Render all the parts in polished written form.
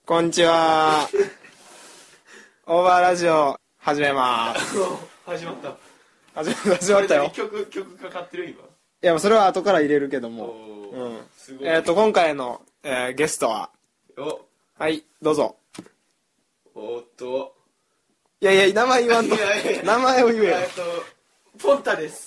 こんにちは。オーバーラジオ始めます。 始まった。 始まったよ。 曲かかってる今。 いや、それは後から入れるけども。 すごい。 今回の、ゲストは。はい、どうぞ。いや、名前言わんと。名前を言えよ。 ポンタです。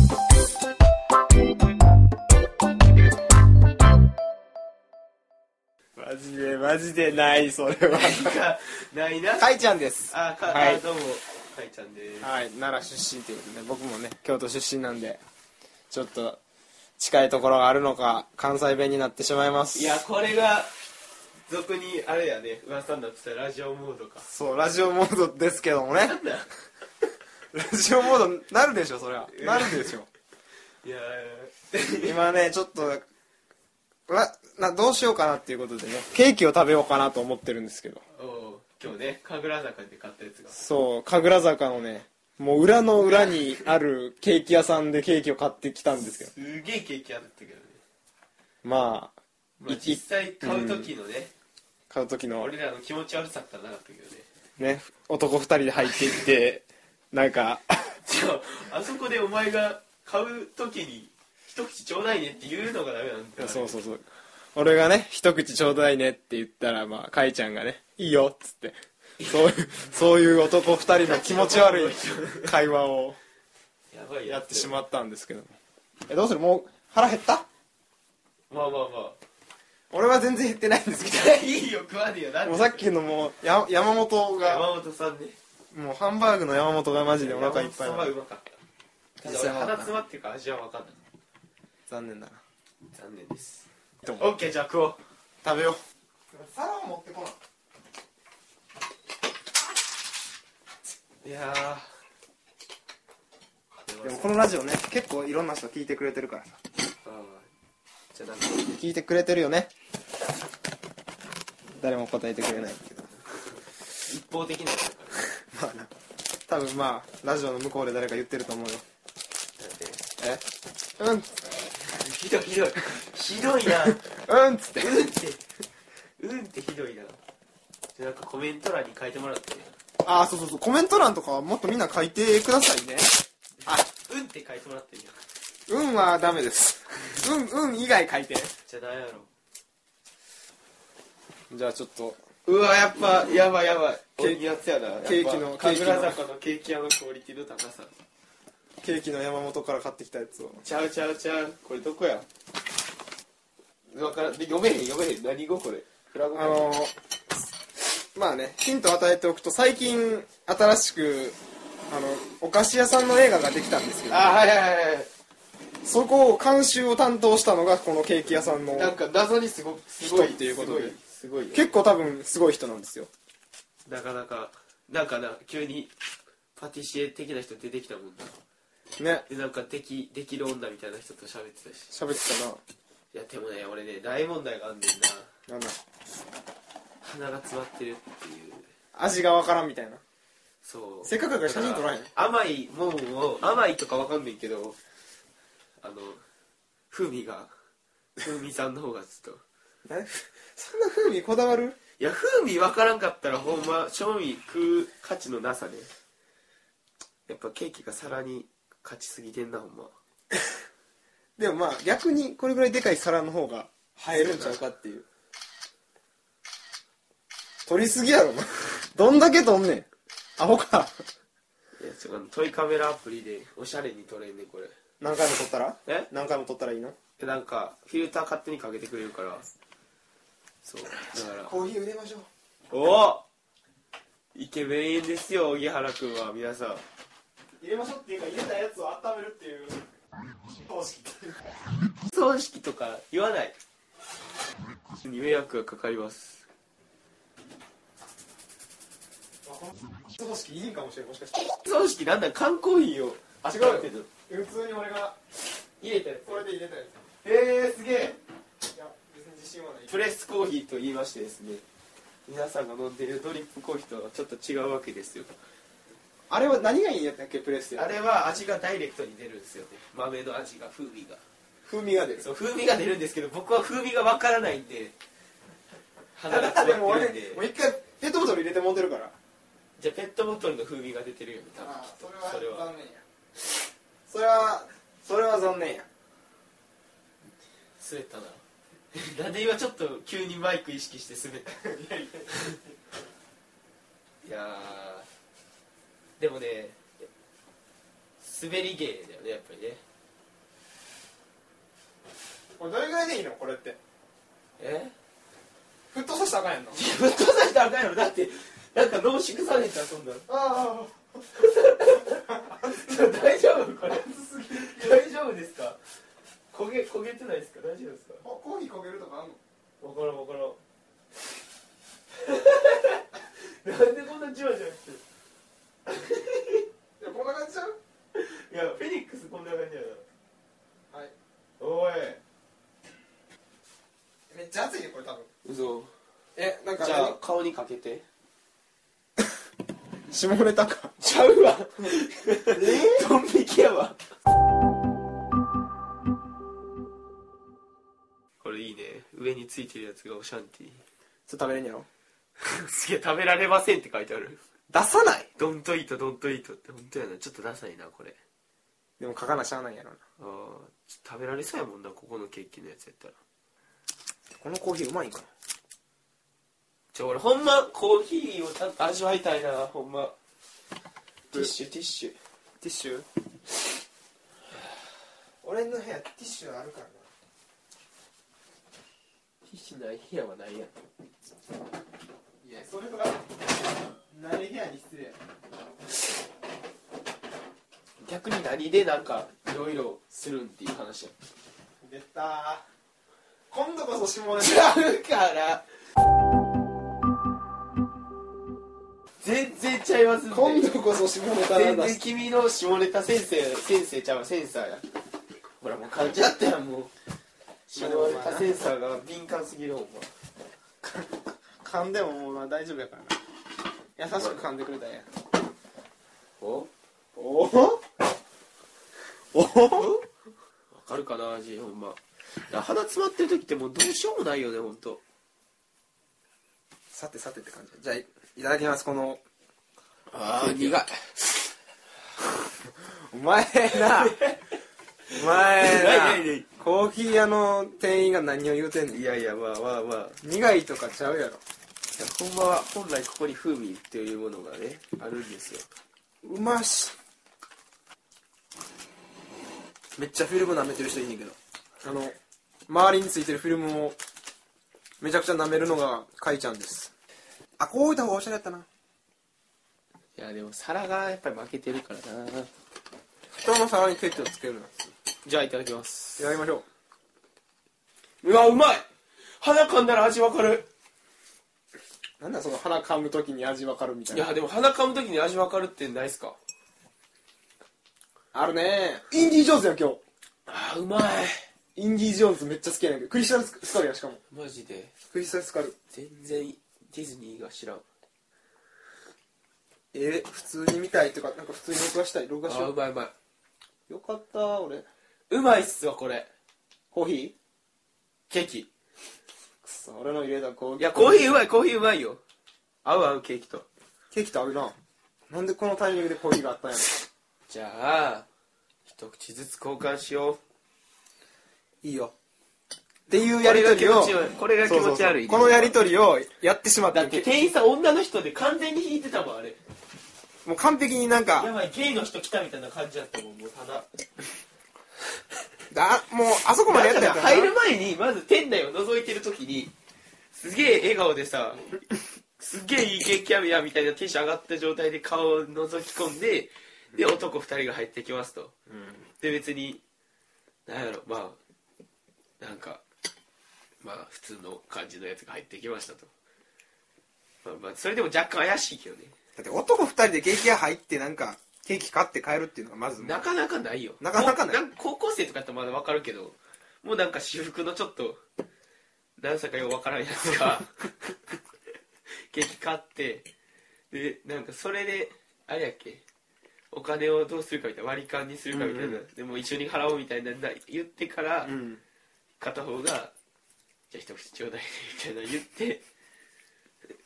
マジでない、それは。 ないな。 かいちゃんです。 はい、どうも、かいちゃんです。 はい、奈良出身ということで、僕もね、京都出身なんで、ちょっと、近いところがあるのか、関西弁になってしまいます。 いや、これが、俗に、あれやね、噂になってたラジオモードか。 そう、ラジオモードですけどもね。ラジオモード、なるでしょ、そりゃ。なるでしょ。 いや今ね、ちょっと、どうしようかなっていうことでね、ケーキを食べようかなと思ってるんですけど。 今日ね、神楽坂で買ったやつが。 そう、神楽坂のね、もう裏の裏にあるケーキ屋さんでケーキを買ってきたんですけど。 すげえケーキあったけどね。 まあ実際買う時のね、 買う時の俺らの気持ち悪さったらなかったけどね。 ね、男2人で入っていって、なんかじゃあそこでお前が買う時に一口ちょうだいねって言うのがダメなんだよ。 そう。俺がね、一口ちょうだいねって言ったら、まあ、かいちゃんがね、いいよっつって、そういう男二人の気持ち悪い会話をやってしまったんですけど。どうする？もう腹減った？ まあ。 俺は全然減ってないんですけど。 いいよ、食わねえよ。 もうさっきのもう、山本さんね。 もうハンバーグの山本がマジでお腹いっぱいな。 山本さんはうまかった。ただ鼻詰まっていうか味は分かんない。 残念だな。 残念です。オッケー、じゃあ食おう。 食べよう。皿を持ってこない。 いやでもこのラジオね、結構いろんな人聞いてくれてるからさ。 じゃあなんか聞いてくれてるよね。誰も答えてくれないけど。 一方的なやつだから。 まあな。多分まあラジオの向こうで誰か言ってると思うよ。 ひどいな。 うんっつって。 うんってひどいな。じゃあなんかコメント欄に書いてもらって。 ああ、そう。コメント欄とかはもっとみんな書いてくださいね。 うんって書いてもらっていいよ。 うんはダメです。うん以外書いて。 じゃあ何やろう。じゃあちょっと。 うわ、やっぱやばい。いいやつやな。 ケーキの神楽坂のケーキ屋のクオリティの高さ。 ケーキの山本から買ってきたやつを。 ちゃう。これどこや。分からん。読めへん。何語これ。 まあね、ヒントを与えておくと、最近新しくお菓子屋さんの映画ができたんですけど、 はい。 そこを監修を担当したのがこのケーキ屋さんのなんか謎にすごいっていうことで、 すごい結構多分すごい人なんですよ。 なかなか急にパティシエ的な人出てきたもんな。 ね。 でなんかできる女みたいな人と喋ってたし。 喋ってたな。 いやでもね、俺ね、大問題があんねんな。 なんだ。 鼻が詰まってるっていう。 味がわからんみたいな。 そう。 せっかくだから写真撮らへん。 甘いもんを、甘いとかわかんないけど、風味さんの方がずっと。 そんな風味こだわる？ いや、風味わからんかったらほんま正味食う価値のなさね。やっぱケーキが皿に勝ちすぎてんな、ほんま。 でもまあ逆にこれぐらいでかい皿の方が映えるんちゃうかっていう。取りすぎやろな。どんだけ取んねん。アホか。 いや、トイカメラアプリでおしゃれに撮れんねん、これ。 何回も撮ったら？ 何回も撮ったらいいの？ なんかフィルター勝手にかけてくれるから。そうだからコーヒー入れましょう。 おお、イケメンですよ、荻原君は。皆さん入れましょうっていうか、入れたやつを温めるっていう葬式とか言わない。に迷惑がかかります。 葬式いいんかもしれん、もしかして。 葬式なんだ、缶コーヒーを。 違うよ、普通に俺が入れたやつ。 これで入れたやつ。 すげえ。 いや別に自信はない。 プレスコーヒーと言いましてですね、皆さんが飲んでいるドリップコーヒーとはちょっと違うわけですよ。 あれは何がいいんやったっけ、プレスで。 あれは味がダイレクトに出るんですよね。豆の味が、風味が出る。 そう、風味が出るんですけど、僕は風味がわからないんで、 鼻が詰まってるんで。 もう一回ペットボトル入れて持ってるから。 じゃあペットボトルの風味が出てるよね多分。 それは残念や。それは残念や。 滑ったな。なんで今ちょっと急にマイク意識して滑った。いやでもね、滑り芸だよねやっぱりね。 これどれぐらいでいいのこれって。沸騰させたらあかんやんの。 沸騰させたらあかんやろ。だってなんか濃縮されたらそんなの。 あ大丈夫これ。大丈夫ですか。焦げてないですか。大丈夫ですか。 コーヒー焦げるとかあんの。 分からん。なんでこんなじわじわしてる。 いやこんな感じちゃう。 いやフェニックスこんな感じやな。 はい。 おい。 めっちゃ熱いねこれ多分。 嘘。 なんかじゃあ顔にかけて。 下ネタか。 ちゃうわ。ドン引きやわ。これいいね。上についてるやつがオシャンティー。 それ食べれんやろ。 すげえ食べられませんって書いてある。 出さない。 ドントイートって本当やな。ちょっとダサいなこれ。 でも書かなしゃあないやろな。 ちょっと食べられそうやもんなここのケーキのやつやったら。 このコーヒーうまいんかな。 俺ほんまコーヒーをちゃんと味わいたいなほんま。ティッシュ。 俺の部屋ティッシュあるからな。 ティッシュない部屋はないやん。 いやそれはない部屋に失礼。 逆に何でなんかいろいろするんっていう話や。 出た。今度こそ下ネタ。 ちゃうから全然ちゃいますんで。 今度こそ下ネタ全然君の下ネタ先生ちゃうわ。センサーや。ほらもう噛んじゃったやんもう。下ネタセンサーが敏感すぎるほんま。 噛んでももう大丈夫やからな。優しく噛んでくれたらや。 おわかるかな味ほんま。鼻詰まってる時ってもうどうしようもないよねほんと。 さてって感じ。じゃあいただきます。この苦い。 お前なコーヒー屋の店員が何を言うてんねん。 いやまあ苦いとかちゃうやろ。 ほんまは本来ここに風味っていうものがねあるんですよ。 うまし。めっちゃフィルム舐めてる人いんねんけど、周りについてるフィルムをめちゃくちゃ舐めるのがカイちゃんです。こう置いた方がおしゃれやったな。 いやでも皿がやっぱり負けてるからな。 人の皿にケチをつけるな。 じゃあいただきます。 やりましょうわうまい。鼻噛んだら味わかる。 なんだその鼻噛む時に味わかるみたいな。 いやでも鼻噛む時に味わかるってないっすか。 あるね。インディ・ジョーンズやん今日。 うまい。 インディ・ジョーンズめっちゃ好きやねんけど、クリスタルスカルや。しかもマジでクリスタルスカル全然ディズニーが知らん。 普通に見たいっていうか、なんか普通に録画したい。録画しよう。 うまいよかった。俺うまいっすわこれ。 コーヒーケーキ。 くそ、俺の入れたコーヒー。 いやコーヒーうまいよ。合うケーキと。 ケーキと合うな。なんでこのタイミングでコーヒーがあったんやろ。 じゃあ一口ずつ交換しよう。いいよっていうやりとりを。 これが気持ち悪い。 このやりとりをやってしまって。 だって店員さん女の人で完全に引いてたもんあれ。 もう完璧になんかやばいゲイの人来たみたいな感じだったもん。もうもうあそこまでやったやん。 入る前にまず店内を覗いてる時にすげえ笑顔でさ、すげえいいケーキやみたいなテンション上がった状態で顔を覗き込んで、で男2人が入ってきますと、で別になんやろなんか普通の感じのやつが入ってきましたと。それでも若干怪しいけどね。 だって男2人でケーキ屋入ってなんかケーキ買って帰るっていうのがまずなかなかないよ。 なかなかない。 高校生とかやったらまだ分かるけど、もうなんか私服のちょっと何歳かよう分からんやつがケーキ買って、でなんかそれであれやっけ、お金をどうするかみたいな、割り勘にするかみたいな、でも一緒に払おうみたいな言ってから、片方がじゃあ一口ちょうだいみたいな言って、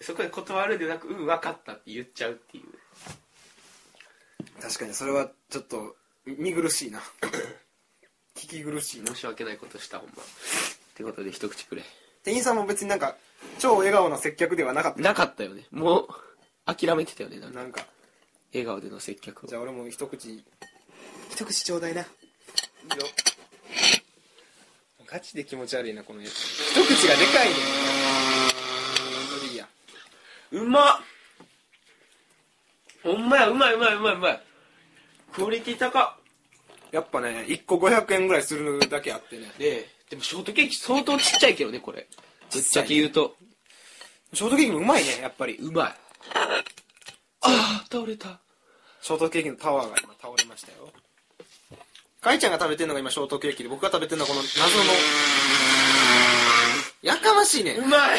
そこで断るでなく分かったって言っちゃうっていう。 確かにそれはちょっと見苦しいな聞き苦しいな。 申し訳ないことしたほんま。ってことで一口くれ。 店員さんも別になんか超笑顔の接客ではなかった。 なかったよね。もう諦めてたよね。 なんか笑顔での接客を。 じゃあ俺も一口ちょうだいな。いいよ。ガチで気持ち悪いなこのやつ。一口がでかいね。それいいや。 うまっ。ほんまや、うまい。クオリティ高っ。 やっぱね、1個500円ぐらいするだけあってね。 でもショートケーキ相当ちっちゃいけどね、これ。ぶっちゃけ言うと。 ショートケーキもうまいね、やっぱり。 うまい。ああ、倒れた。 ショートケーキのタワーが今倒れましたよ。かいちゃんが食べてるのが今ショートケーキで、僕が食べてるのはこの謎のやかましいね。 うまい。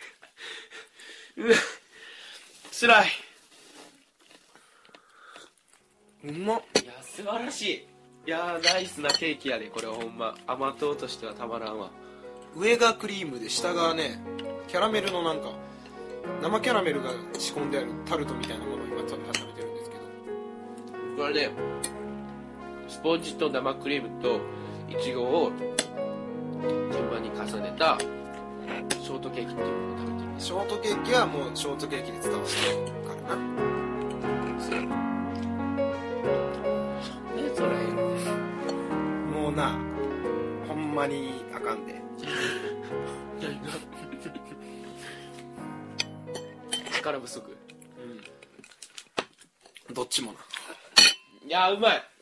つらい。 うまっ。 いや素晴らしい。いやナイスなケーキやで、これはほんま。甘党としてはたまらんわ。 上がクリームで下がねキャラメルのなんか生キャラメルが仕込んであるタルトみたいなものを今食べてるんですけど、 これねスポンジと生クリームとイチゴを順番に重ねたショートケーキっていうのを食べてる。 ショートケーキはもうショートケーキで伝わってるからな。 それそれもうなほんまにあかんで力不足。 どっちもな。 いやうまい。